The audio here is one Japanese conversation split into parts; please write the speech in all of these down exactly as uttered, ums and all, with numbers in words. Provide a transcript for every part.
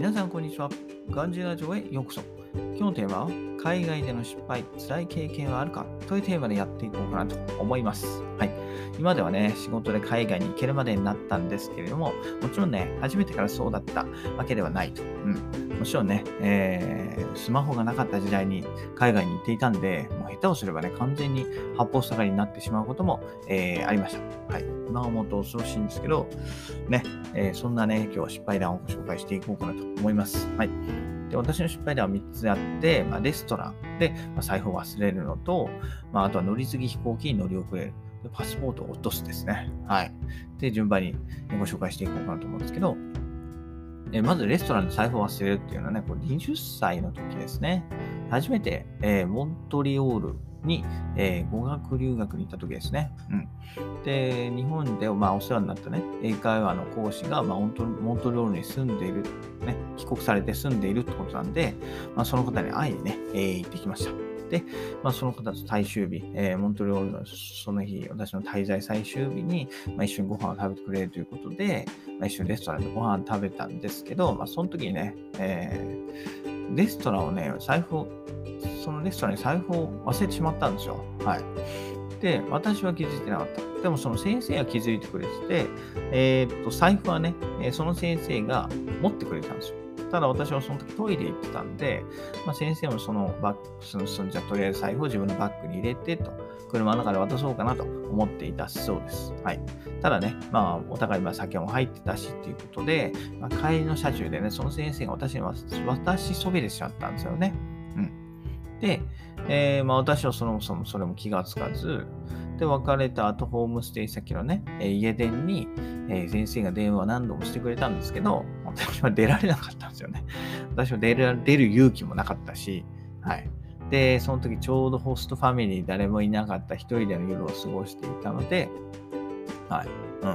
皆さんこんにちは。ガンジーラジオへようこそ。今日のテーマは海外での失敗、辛い経験はあるかというテーマでやっていこうかなと思います。はい。今ではね、仕事で海外に行けるまでになったんですけれども、もちろんね、初めてからそうだったわけではないと。うん。もちろんね、えー、スマホがなかった時代に海外に行っていたんで、もう下手をすればね、完全に八方塞がりになってしまうことも、えー、ありました。はい。今思うと恐ろしいんですけど、ね、えー、そんなね、今日は失敗談をご紹介していこうかなと思います。はい。で、私の失敗談はみっつあって、まあ、レストランで、まあ、財布を忘れるのと、まあ、あとは乗り継ぎ飛行機に乗り遅れる。でパスポートを落とすですね。はい。で、順番にご紹介していこうかなと思うんですけど、えまずレストランで財布を忘れるっていうのはね、これはたちの時ですね。初めて、えー、モントリオールに、えー、語学留学に行った時ですね。うん。で、日本で、まあ、お世話になったね、英会話の講師が、まあ、モントモントリオールに住んでいる、ね、帰国されて住んでいるってことなんで、まあ、その方に会いにね、えー、行ってきました。で、まあ、その方と最終日、えー、モントリオールのその日、私の滞在最終日に、まあ、一緒にご飯を食べてくれるということで、まあ、一緒にレストランでご飯食べたんですけど、まあ、その時にね、えー、レストランをね、財布を、そのレストランに財布を忘れてしまったんですよ。はい。で、私は気づいてなかった。でもその先生が気づいてくれてて、えー、っと、財布はね、その先生が持ってくれたんですよ。ただ私はその時トイレ行ってたんで、まあ、先生もそのバッグ、その、そのじゃあとりあえず財布を自分のバッグに入れてと、車の中で渡そうかなと思っていたそうです。はい。ただね、まあ、お互いまあ酒も入ってたしっていうことで、まあ、帰りの車中でね、その先生が私に渡しそびれしちゃったんですよね。うん。で、えーまあ、私はそのそもそれも気がつかず、で、別れた後、ホームステイ先のね、えー家電に、えー先生が電話何度もしてくれたんですけど、私は出られなかったんですよね。私は出る、出る勇気もなかったし、はい。で、その時ちょうどホストファミリー誰もいなかった一人での夜を過ごしていたので、はい。うん。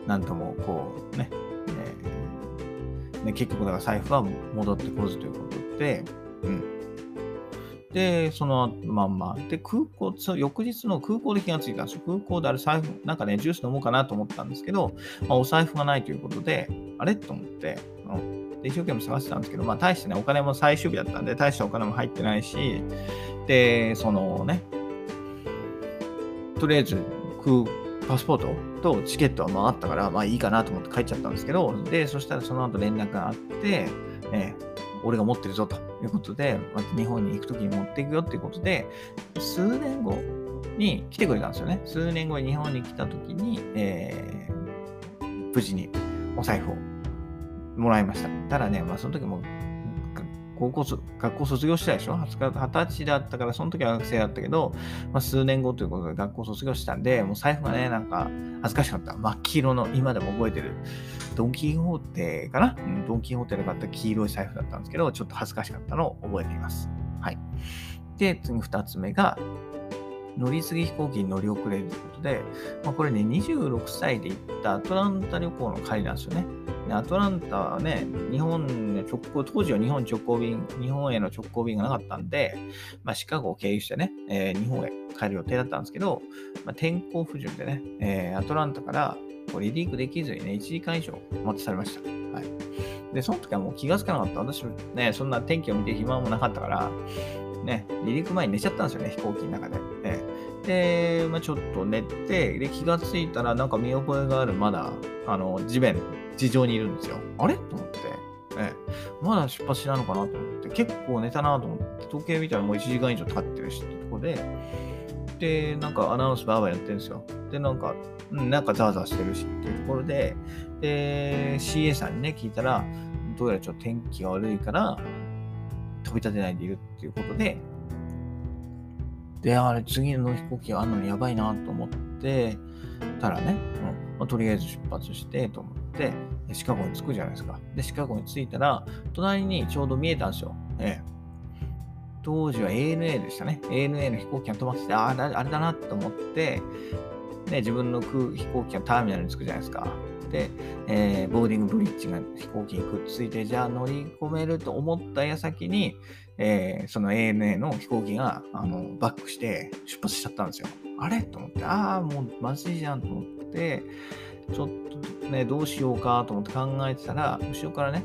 なんともこうね、えーね結局だから財布は戻ってこずということで、うん。で、そのまんま。で、空港、そ翌日の空港で気がついたんですよ。空港であれ財布、なんかね、ジュース飲もうかなと思ったんですけど、まあ、お財布がないということで、あれと思って、うん。で、一生懸命探してたんですけど、まあ、大してね、お金も最終日だったんで、大したお金も入ってないし、で、そのね、とりあえず、空、パスポートとチケットは回ったから、まあいいかなと思って帰っちゃったんですけど、で、そしたらその後連絡があって、えー俺が持ってるぞということで、また日本に行くときに持っていくよっていうことで、数年後に来てくれたんですよね。数年後に日本に来たときに、えー、無事にお財布をもらいました。ただね、まあその時も高校そ、学校卒業したでしょ ?はたちだったから、その時は学生だったけど、まあ、数年後ということで学校卒業したんで、もう財布がね、なんか恥ずかしかった。真っ黄色の、今でも覚えてる、ドンキーホーテかな、うん、ドンキーホーテで買った黄色い財布だったんですけど、ちょっと恥ずかしかったのを覚えています。はい。で、次二つ目が、乗り継ぎ飛行機に乗り遅れるということで、まあ、これね、にじゅうろくさいで行ったアトランタ旅行の帰りなんですよね。でアトランタはね、日本の直行、当時は日本直行便、日本への直行便がなかったんで、まあ、シカゴを経由してね、えー日本へ帰る予定だったんですけど、まあ、天候不順でね、えーアトランタからこう離陸できずにね、いちじかん以上お待たされました。はい。で、その時はもう気がつかなかった。私もね、そんな天気を見て暇もなかったから、ね、離陸前に寝ちゃったんですよね、飛行機の中で。ええで、まあ、ちょっと寝て、で、気がついたら、なんか見覚えがある、まだ、あの、地面、地上にいるんですよ。あれと思って、ええまだ出発しないのかなと思って、結構寝たなと思って、時計見たらもういちじかん以上経ってるしってとこで、で、なんかアナウンスバーバーやってるんですよ。で、なんか、うん、なんかザワザワしてるしっていうところで、で、シーエー さんにね、聞いたら、どうやらちょっと天気が悪いから、飛び立てないでいるっていうことで、で、あれ、次の飛行機があるのにやばいなと思って、たらね、うんまあ、とりあえず出発してと思って、シカゴに着くじゃないですか。で、シカゴに着いたら、隣にちょうど見えたんですよ。ええ、当時は エーエヌエー でしたね。エーエヌエー の飛行機が止まってて、ああ、あれだなと思って、ね、自分の空飛行機がターミナルに着くじゃないですか。で、えーボーディングブリッジが飛行機にくっついて、じゃあ乗り込めると思った矢先に、えーその エーエヌエー の飛行機があのバックして出発しちゃったんですよ。あれと思って、ああ、もうまずいじゃんと思って、ちょっとね、どうしようかと思って考えてたら、後ろからね、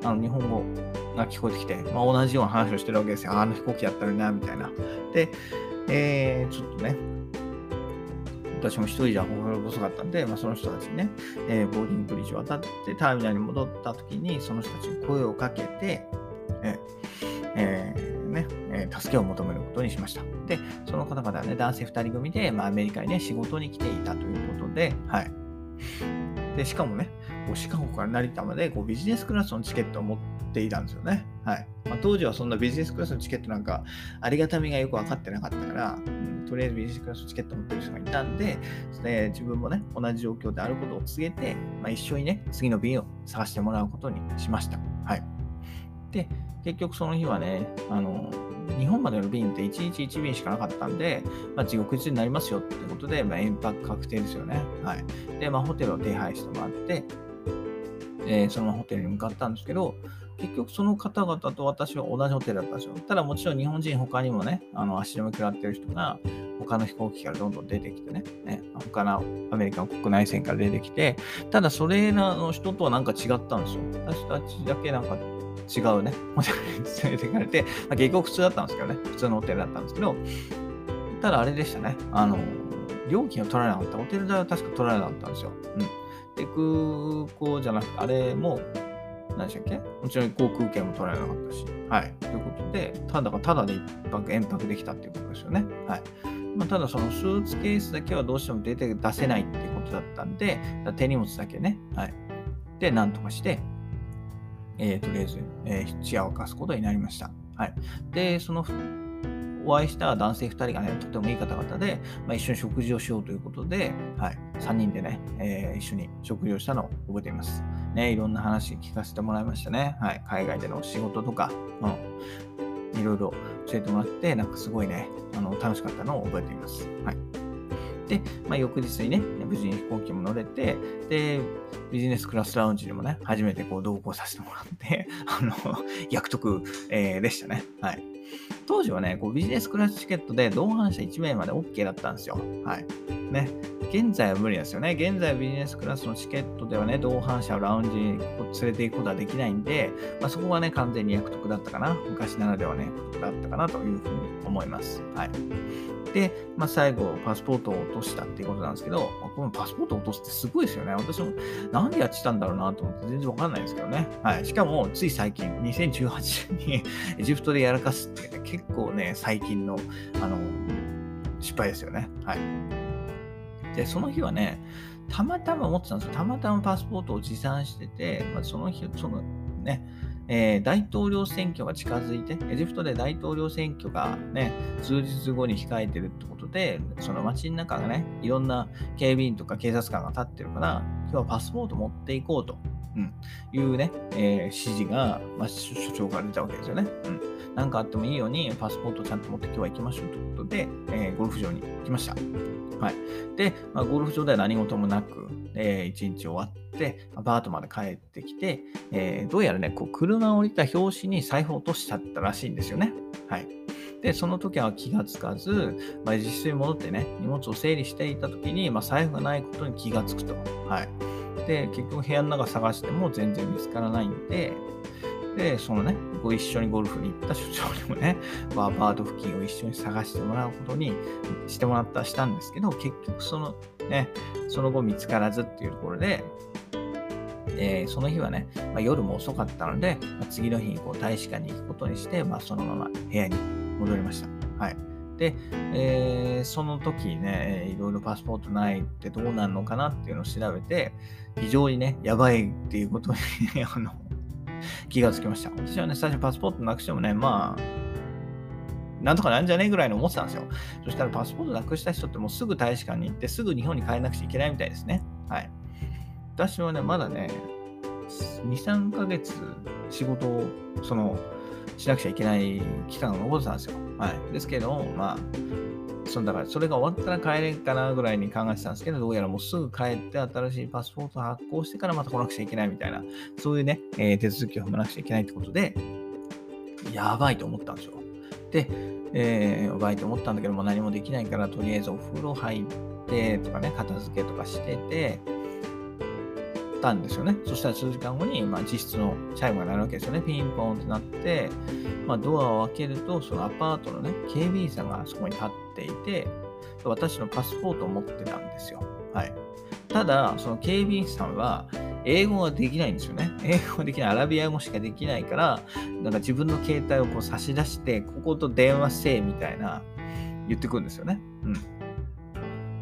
あの日本語が聞こえてきて、まあ、同じような話をしてるわけですよ。あの飛行機やったのにな、みたいな。で、えー、ちょっとね、私も一人じゃ細かったんで、まあ、その人たちにね、えー、ボーディングブリッジを渡ってターミナルに戻った時に、その人たちに声をかけて、えーえーねえー、助けを求めることにしました。で、その方々はね、男性ふたり組で、まあ、アメリカにね、仕事に来ていたということで、はい。で、しかもね、こうシカゴから成田までこうビジネスクラスのチケットを持っていたんですよね。はい。まあ、当時はそんなビジネスクラスのチケットなんかありがたみがよく分かってなかったから、うん、とりあえずビジネスクラスのチケットを持ってる人がいたんで、で自分もね、同じ状況であることを告げて、まあ、一緒にね、次の便を探してもらうことにしました。はい。で、結局その日はね、あの、日本までの便っていちにちいち便しかなかったんで、まあ、翌日になりますよってことで、まあ、延泊確定ですよね。はい。で、まあ、ホテルを手配してもらって、えー、そのホテルに向かったんですけど、結局その方々と私は同じホテルだったんですよ。ただもちろん日本人他にもね、あの足止め食らってる人が他の飛行機からどんどん出てきてね、ね他のアメリカの国内線から出てきて、ただそれらの人とはなんか違ったんですよ。私たちだけなんか違うね、ホテルに連れて行かれて、まあ、結局普通だったんですけどね、普通のホテルだったんですけど、ただあれでしたね、あの、料金を取られなかった。ホテル代は確か取られなかったんですよ。うん。で、空港じゃなくて、あれも、何でしたっけ？もちろん航空券も取られなかったし。はい。ということで、ただがただで一泊、延泊できたっていうことですよね。はい。まあ、ただそのスーツケースだけはどうしても出て出せないっていうことだったんで、手荷物だけね、はい。で、なんとかして、えー、とりあえず、えー、一夜を明かすことになりました。はい。で、そのお会いした男性ふたりがね、とてもいい方々で、まあ、一緒に食事をしようということで、はい、さんにんでね、えー、一緒に食事をしたのを覚えています。ね、いろんな話聞かせてもらいましたね。はい、海外での仕事とか、うん、いろいろ教えてもらって、なんかすごいね、あの楽しかったのを覚えています。はい。で、まあ、翌日にね、無事に飛行機も乗れて、で、ビジネスクラスラウンジにもね、初めてこう同行させてもらって、あの、役得、えー、でしたね。はい。当時はね、こうビジネスクラスチケットで同伴者いち名まで OK だったんですよ。はい。ね。現在は無理ですよね。現在はビジネスクラスのチケットではね、同伴者をラウンジに連れて行くことはできないんで、まあ、そこはね、完全に役得だったかな。昔ならではね、役得だったかなというふうに思います。はい。で、まあ、最後、パスポートを落としたっていうことなんですけど、このパスポートを落とすってすごいですよね。私もなんでやってたんだろうなと思って全然わかんないですけどね。はい。しかも、つい最近、にせんじゅうはちねんにエジプトでやらかすっていうね、結構ね、最近の、あの、失敗ですよね。はい。で、その日はね、たまたま思ってたんですよ。たまたまパスポートを持参してて、まあ、その日、そのね、えー、大統領選挙が近づいて、エジプトで大統領選挙がね、数日後に控えてるってことで、その街の中がね、いろんな警備員とか警察官が立ってるから、今日はパスポート持っていこうと、うん、いうね、えー、指示が、まあ、所長から出たわけですよね。うん。なんかあってもいいように、パスポートをちゃんと持って今日は行きましょうということで、えー、ゴルフ場に行きました。はい。で、まあ、ゴルフ場では何事もなく、えー、一日終わって、アパートまで帰ってきて、えー、どうやらね、こう車を降りた拍子に財布を落としちゃったらしいんですよね。はい。で、その時は気がつかず、まあ、実質に戻ってね、荷物を整理していた時に、まあ、財布がないことに気がつくと。はい。で、結局部屋の中探しても全然見つからないんで、で、そのね、ご一緒にゴルフに行った所長にもね、アパート付近を一緒に探してもらうことにしてもらった、したんですけど、結局そのね、その後見つからずっていうところで、えー、その日はね、まあ、夜も遅かったので、まあ、次の日にこう大使館に行くことにして、まあ、そのまま部屋に戻りました。はい。で、えー、その時にね、いろいろパスポートないってどうなるのかなっていうのを調べて、非常にね、やばいっていうことにあの、気がつきました。私はね、最初パスポートなくしてもね、まあ、なんとかなんじゃねえぐらいの思ってたんですよ。そしたらパスポートなくした人ってもうすぐ大使館に行って、すぐ日本に帰らなくちゃいけないみたいですね。はい。私はね、まだね、に、さんかげつ仕事を、その、しなくちゃいけない期間が残ってたんですよ。はい。ですけど、まあ、そのだからそれが終わったら帰れるかなぐらいに考えてたんですけど、どうやらもうすぐ帰って新しいパスポートを発行してからまた来なくちゃいけないみたいな、そういうね、えー、手続きを踏まなくちゃいけないってことで、やばいと思ったんですよ。で、えー、やばいと思ったんだけども何もできないから、とりあえずお風呂入ってとかね、片付けとかしてて、 たんですよね。そしたら数時間後に、まあ、実質のチャイムが鳴るわけですよね。ピンポンってなって、まあ、ドアを開けると、そのアパートのね、警備員さんがそこに立っていて、私のパスポートを持ってたんですよ。はい。ただ、その警備員さんは、英語ができないんですよね。英語ができない、アラビア語しかできないから、なんか自分の携帯をこう差し出して、ここと電話せえみたいな言ってくるんですよね。うん。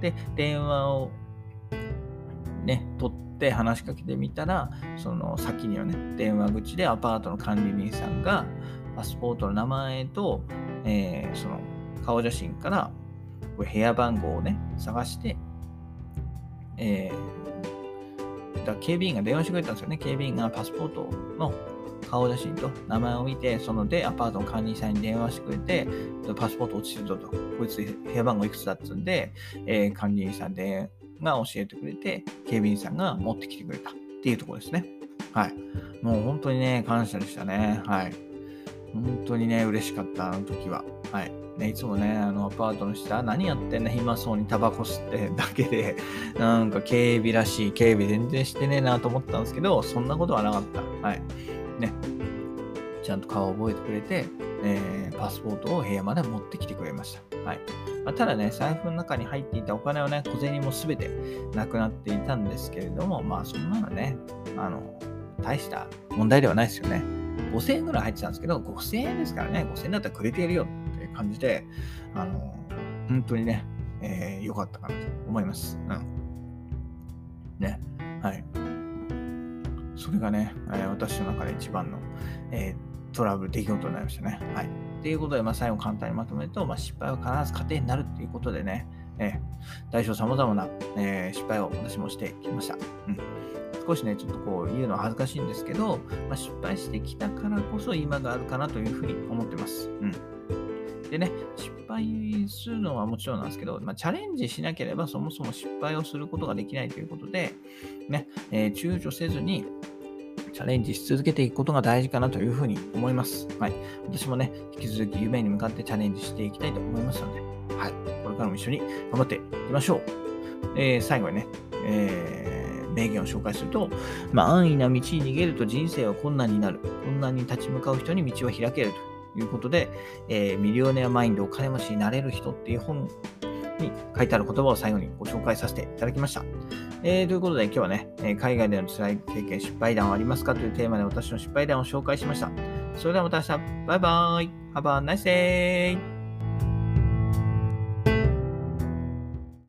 で、電話をね、取って話しかけてみたら、その先にはね、電話口でアパートの管理人さんが、パスポートの名前と、えーその顔写真からこれ部屋番号をね、探して、えー、だから警備員が電話してくれたんですよね。警備員がパスポートの顔写真と名前を見て、そのでアパートの管理人さんに電話してくれて、パスポート落ちてるぞと、こいつ部屋番号いくつだっつうんで、えー管理人さんでが教えてくれて、警備員さんが持ってきてくれたっていうところですね。はい。もう本当にね、感謝でしたね。はい。本当にね、嬉しかった、あの時は。はい。ね、いつもね、あのアパートの下、何やってんだ、暇そうにタバコ吸ってだけで、なんか警備らしい、警備全然してねえなと思ったんですけど、そんなことはなかった。はい。ね。ちゃんと顔を覚えてくれて、えーパスポートを部屋まで持ってきてくれました。はい。まあ、ただね、財布の中に入っていたお金はね、小銭もすべてなくなっていたんですけれども、まあそんなのね、あの、大した問題ではないですよね。ごせんえんぐらい入ってたんですけど、ごせんえんですからね、ごせんえんだったらくれてやるよっていう感じで、あの、本当にね、えー良かったかなと思います。うん。ね。はい。それがね、えー私の中で一番の、えートラブル、出来事になりましたね。はい。ということで、まあ、最後簡単にまとめると、まあ、失敗は必ず糧になるということでね、えー大小様々な、えー失敗を私もしてきました。うん。少しね、ちょっとこう言うのは恥ずかしいんですけど、まあ、失敗してきたからこそ今があるかなというふうに思ってます。うん。でね、失敗するのはもちろんなんですけど、まあ、チャレンジしなければそもそも失敗をすることができないということで、ね、えー躊躇せずにチャレンジし続けていくことが大事かなというふうに思います。はい。私もね、引き続き夢に向かってチャレンジしていきたいと思いますので、はい。これからも一緒に頑張っていきましょう。えー最後にね、えー名言を紹介すると、まあ、安易な道に逃げると人生は困難になる。困難に立ち向かう人に道を開けるということで、えーミリオネアマインド、お金持ちになれる人っていう本に書いてある言葉を最後にご紹介させていただきました。えーということで今日はね、えー海外での辛い経験、失敗談はありますかというテーマで私の失敗談を紹介しました。それではまた明日、バイバーイ。Have a nice day!